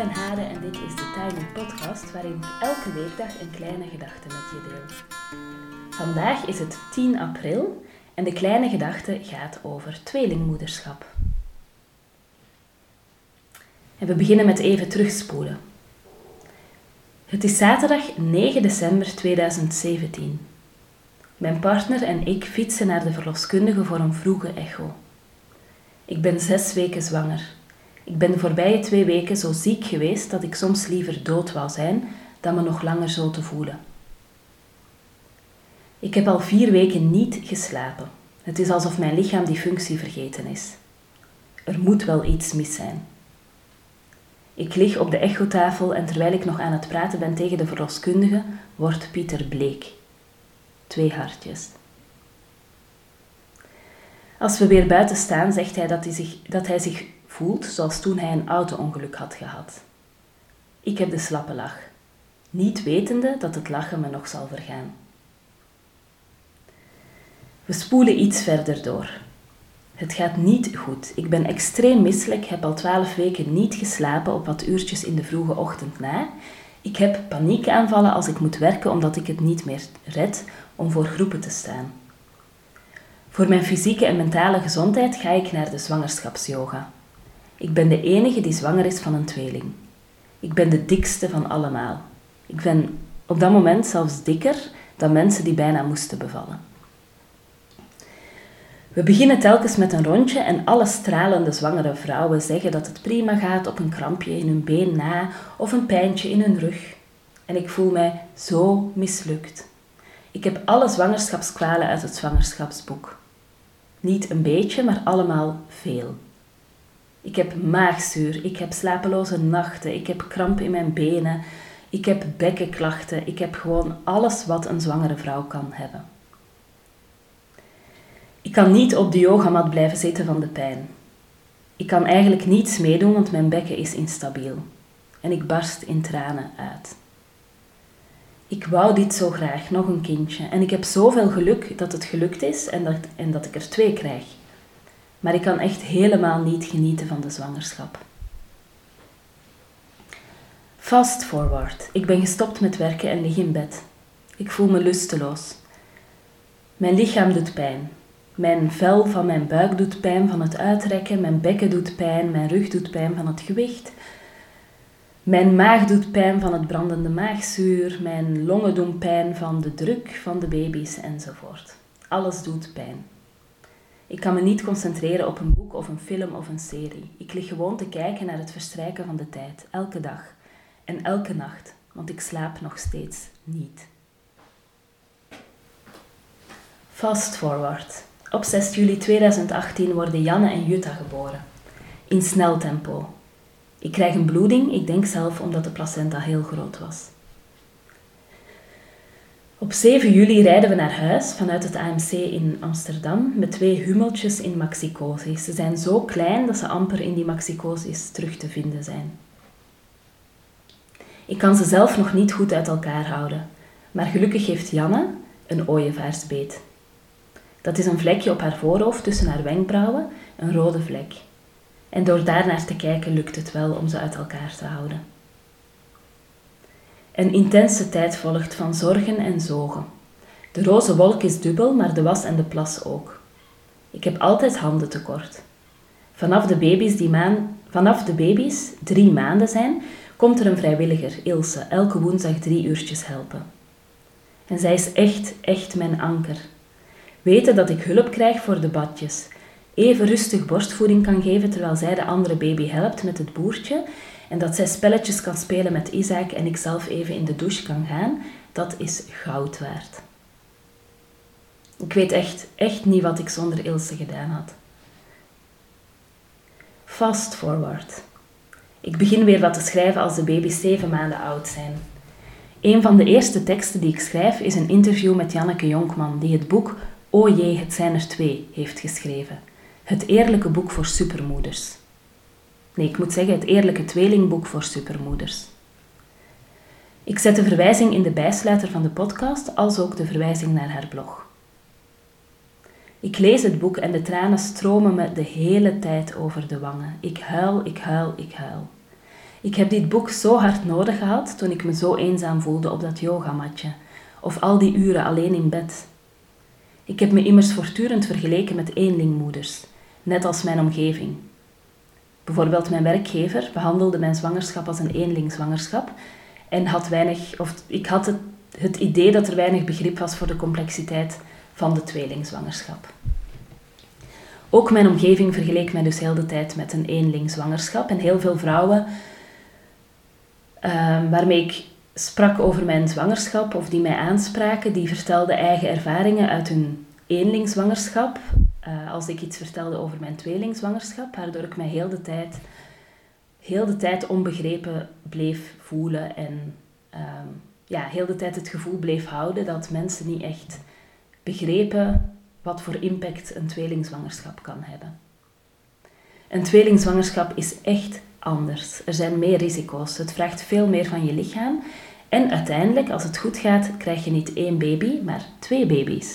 ben Hade en dit is de Tiny Podcast waarin ik elke weekdag een kleine gedachte met je deel. Vandaag is het 10 april en de kleine gedachte gaat over tweelingmoederschap. En we beginnen met even terugspoelen. Het is zaterdag 9 december 2017. Mijn partner en ik fietsen naar de verloskundige voor een vroege echo. Ik ben 6 weken zwanger. Ik ben de voorbije 2 weken zo ziek geweest dat ik soms liever dood wou zijn dan me nog langer zo te voelen. Ik heb al 4 weken niet geslapen. Het is alsof mijn lichaam die functie vergeten is. Er moet wel iets mis zijn. Ik lig op de echotafel en terwijl ik nog aan het praten ben tegen de verloskundige, wordt Pieter bleek. 2 hartjes. Als we weer buiten staan, zegt hij dat hij zich voelt zoals toen hij een auto-ongeluk had gehad. Ik heb de slappe lach, niet wetende dat het lachen me nog zal vergaan. We spoelen iets verder door. Het gaat niet goed. Ik ben extreem misselijk, heb al 12 weken niet geslapen op wat uurtjes in de vroege ochtend na. Ik heb paniekaanvallen als ik moet werken omdat ik het niet meer red om voor groepen te staan. Voor mijn fysieke en mentale gezondheid ga ik naar de zwangerschapsyoga. Ik ben de enige die zwanger is van een tweeling. Ik ben de dikste van allemaal. Ik ben op dat moment zelfs dikker dan mensen die bijna moesten bevallen. We beginnen telkens met een rondje en alle stralende zwangere vrouwen zeggen dat het prima gaat op een krampje in hun been na of een pijntje in hun rug. En ik voel mij zo mislukt. Ik heb alle zwangerschapskwalen uit het zwangerschapsboek. Niet een beetje, maar allemaal veel. Ik heb maagzuur, ik heb slapeloze nachten, ik heb kramp in mijn benen, ik heb bekkenklachten, ik heb gewoon alles wat een zwangere vrouw kan hebben. Ik kan niet op de yogamat blijven zitten van de pijn. Ik kan eigenlijk niets meedoen, want mijn bekken is instabiel. En ik barst in tranen uit. Ik wou dit zo graag, nog een kindje. En ik heb zoveel geluk dat het gelukt is en dat ik er 2 krijg. Maar ik kan echt helemaal niet genieten van de zwangerschap. Fast forward. Ik ben gestopt met werken en lig in bed. Ik voel me lusteloos. Mijn lichaam doet pijn. Mijn vel van mijn buik doet pijn van het uitrekken. Mijn bekken doet pijn. Mijn rug doet pijn van het gewicht. Mijn maag doet pijn van het brandende maagzuur. Mijn longen doen pijn van de druk van de baby's enzovoort. Alles doet pijn. Ik kan me niet concentreren op een boek of een film of een serie. Ik lig gewoon te kijken naar het verstrijken van de tijd, elke dag en elke nacht, want ik slaap nog steeds niet. Fast forward. Op 6 juli 2018 worden Janne en Jutta geboren. In snel tempo. Ik krijg een bloeding, ik denk zelf omdat de placenta heel groot was. Op 7 juli rijden we naar huis vanuit het AMC in Amsterdam met 2 hummeltjes in maxicosis. Ze zijn zo klein dat ze amper in die maxicosis terug te vinden zijn. Ik kan ze zelf nog niet goed uit elkaar houden, maar gelukkig heeft Janne een ooievaarsbeet. Dat is een vlekje op haar voorhoofd tussen haar wenkbrauwen, een rode vlek. En door daarnaar te kijken lukt het wel om ze uit elkaar te houden. Een intense tijd volgt van zorgen en zogen. De roze wolk is dubbel, maar de was en de plas ook. Ik heb altijd handen tekort. Vanaf de baby's 3 maanden zijn, komt er een vrijwilliger, Ilse, elke woensdag 3 uurtjes helpen. En zij is echt mijn anker. Weten dat ik hulp krijg voor de badjes. Even rustig borstvoeding kan geven terwijl zij de andere baby helpt met het boertje. En dat zij spelletjes kan spelen met Isaac en ik zelf even in de douche kan gaan, dat is goud waard. Ik weet echt niet wat ik zonder Ilse gedaan had. Fast forward. Ik begin weer wat te schrijven als de baby's 7 maanden oud zijn. Een van de eerste teksten die ik schrijf is een interview met Janneke Jonkman, die het boek O jee, het zijn er 2 heeft geschreven. Het eerlijke boek voor supermoeders. Nee, ik moet zeggen het eerlijke tweelingboek voor supermoeders. Ik zet de verwijzing in de bijsluiter van de podcast, als ook de verwijzing naar haar blog. Ik lees het boek en de tranen stromen me de hele tijd over de wangen. Ik huil. Ik heb dit boek zo hard nodig gehad toen ik me zo eenzaam voelde op dat yogamatje. Of al die uren alleen in bed. Ik heb me immers voortdurend vergeleken met eenlingmoeders, net als mijn omgeving. Bijvoorbeeld mijn werkgever behandelde mijn zwangerschap als een eenlingzwangerschap en ik had het idee dat er weinig begrip was voor de complexiteit van de tweelingzwangerschap. Ook mijn omgeving vergeleek mij dus heel de tijd met een eenlingzwangerschap en heel veel vrouwen waarmee ik sprak over mijn zwangerschap of die mij aanspraken, die vertelden eigen ervaringen uit hun eenlingzwangerschap. Als ik iets vertelde over mijn tweelingzwangerschap, waardoor ik mij heel de tijd onbegrepen bleef voelen en heel de tijd het gevoel bleef houden dat mensen niet echt begrepen wat voor impact een tweelingzwangerschap kan hebben. Een tweelingzwangerschap is echt anders. Er zijn meer risico's. Het vraagt veel meer van je lichaam. En uiteindelijk, als het goed gaat, krijg je niet 1 baby, maar 2 baby's.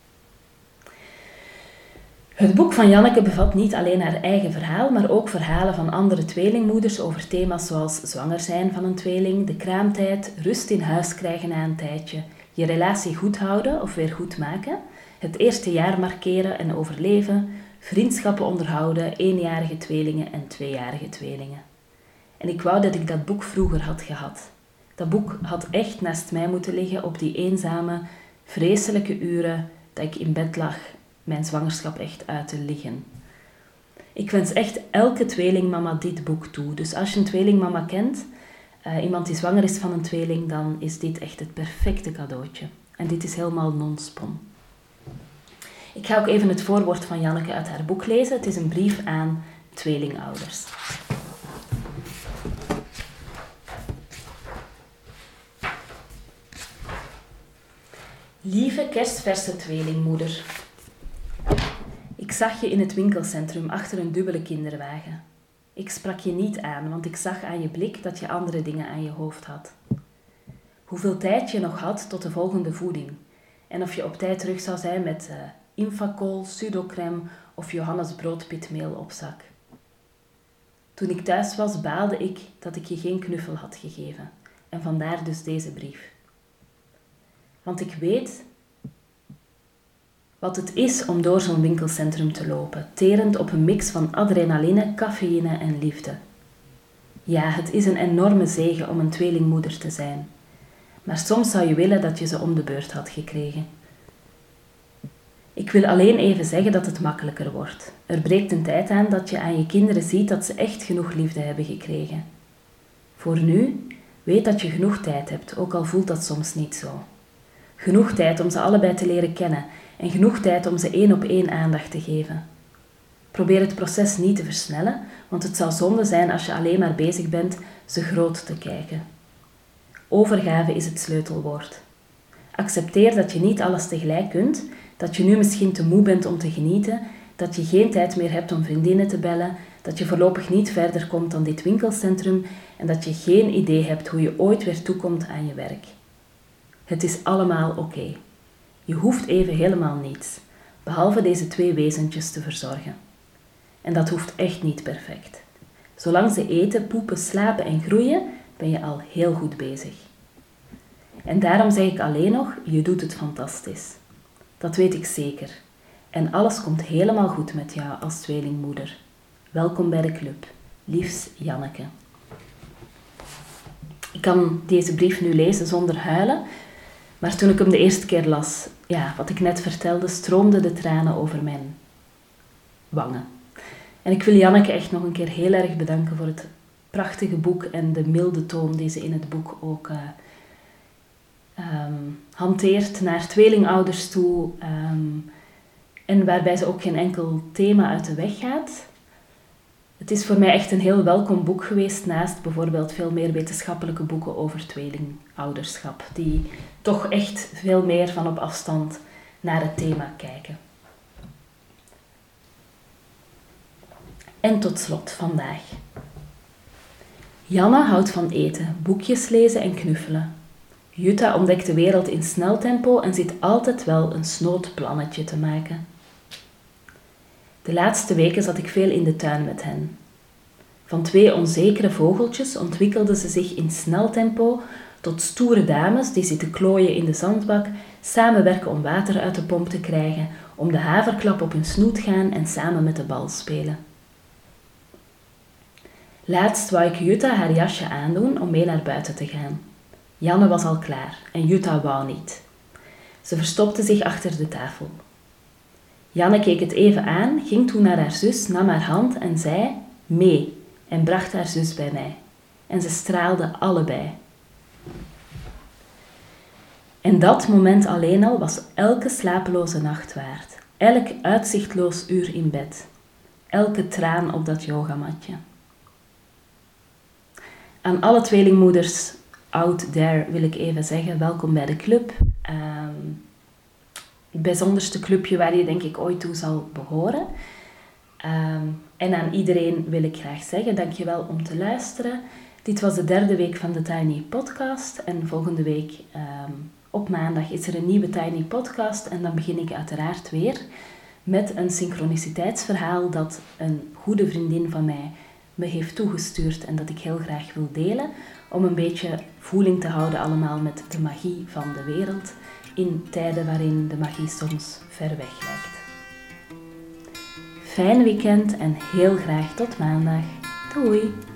Het boek van Janneke bevat niet alleen haar eigen verhaal, maar ook verhalen van andere tweelingmoeders over thema's zoals zwanger zijn van een tweeling, de kraamtijd, rust in huis krijgen na een tijdje, je relatie goed houden of weer goed maken, het eerste jaar markeren en overleven, vriendschappen onderhouden, 1-jarige tweelingen en 2-jarige tweelingen. En ik wou dat ik dat boek vroeger had gehad. Dat boek had echt naast mij moeten liggen op die eenzame, vreselijke uren dat ik in bed lag, mijn zwangerschap echt uit te liggen. Ik wens echt elke tweelingmama dit boek toe. Dus als je een tweelingmama kent, iemand die zwanger is van een tweeling, dan is dit echt het perfecte cadeautje. En dit is helemaal non-spon. Ik ga ook even het voorwoord van Janneke uit haar boek lezen. Het is een brief aan tweelingouders. Lieve kerstverse tweelingmoeder. Ik zag je in het winkelcentrum achter een dubbele kinderwagen. Ik sprak je niet aan, want ik zag aan je blik dat je andere dingen aan je hoofd had. Hoeveel tijd je nog had tot de volgende voeding. En of je op tijd terug zou zijn met Infacol, Sudocrem of Johannes broodpitmeel op zak. Toen ik thuis was, baalde ik dat ik je geen knuffel had gegeven. En vandaar dus deze brief. Want ik weet wat het is om door zo'n winkelcentrum te lopen, terend op een mix van adrenaline, cafeïne en liefde. Ja, het is een enorme zege om een tweelingmoeder te zijn. Maar soms zou je willen dat je ze om de beurt had gekregen. Ik wil alleen even zeggen dat het makkelijker wordt. Er breekt een tijd aan dat je aan je kinderen ziet dat ze echt genoeg liefde hebben gekregen. Voor nu, weet dat je genoeg tijd hebt, ook al voelt dat soms niet zo. Genoeg tijd om ze allebei te leren kennen en genoeg tijd om ze 1-op-1 aandacht te geven. Probeer het proces niet te versnellen, want het zou zonde zijn als je alleen maar bezig bent ze groot te kijken. Overgave is het sleutelwoord. Accepteer dat je niet alles tegelijk kunt, dat je nu misschien te moe bent om te genieten, dat je geen tijd meer hebt om vriendinnen te bellen, dat je voorlopig niet verder komt dan dit winkelcentrum en dat je geen idee hebt hoe je ooit weer toekomt aan je werk. Het is allemaal oké. Je hoeft even helemaal niets, behalve deze 2 wezentjes te verzorgen. En dat hoeft echt niet perfect. Zolang ze eten, poepen, slapen en groeien, ben je al heel goed bezig. En daarom zeg ik alleen nog, je doet het fantastisch. Dat weet ik zeker. En alles komt helemaal goed met jou als tweelingmoeder. Welkom bij de club. Liefs, Janneke. Ik kan deze brief nu lezen zonder huilen, maar toen ik hem de eerste keer las, wat ik net vertelde, stroomden de tranen over mijn wangen. En ik wil Janneke echt nog een keer heel erg bedanken voor het prachtige boek en de milde toon die ze in het boek ook hanteert naar tweelingouders toe. En waarbij ze ook geen enkel thema uit de weg gaat. Het is voor mij echt een heel welkom boek geweest, naast bijvoorbeeld veel meer wetenschappelijke boeken over tweelingouderschap, die toch echt veel meer van op afstand naar het thema kijken. En tot slot vandaag. Janne houdt van eten, boekjes lezen en knuffelen. Jutta ontdekt de wereld in snel tempo en zit altijd wel een snood plannetje te maken. De laatste weken zat ik veel in de tuin met hen. Van 2 onzekere vogeltjes ontwikkelden ze zich in snel tempo tot stoere dames die zitten klooien in de zandbak, samenwerken om water uit de pomp te krijgen, om de haverklap op hun snoet gaan en samen met de bal spelen. Laatst wou ik Jutta haar jasje aandoen om mee naar buiten te gaan. Janne was al klaar en Jutta wou niet. Ze verstopte zich achter de tafel. Janne keek het even aan, ging toen naar haar zus, nam haar hand en zei mee en bracht haar zus bij mij. En ze straalden allebei. En dat moment alleen al was elke slapeloze nacht waard. Elk uitzichtloos uur in bed. Elke traan op dat yogamatje. Aan alle tweelingmoeders out there wil ik even zeggen, welkom bij de club. Het bijzonderste clubje waar je denk ik ooit toe zal behoren. En aan iedereen wil ik graag zeggen, dankjewel om te luisteren. Dit was de 3e week van de Tiny Podcast en volgende week op maandag is er een nieuwe Tiny Podcast en dan begin ik uiteraard weer met een synchroniciteitsverhaal dat een goede vriendin van mij me heeft toegestuurd en dat ik heel graag wil delen, om een beetje voeling te houden allemaal met de magie van de wereld in tijden waarin de magie soms ver weg lijkt. Fijn weekend en heel graag tot maandag. Doei!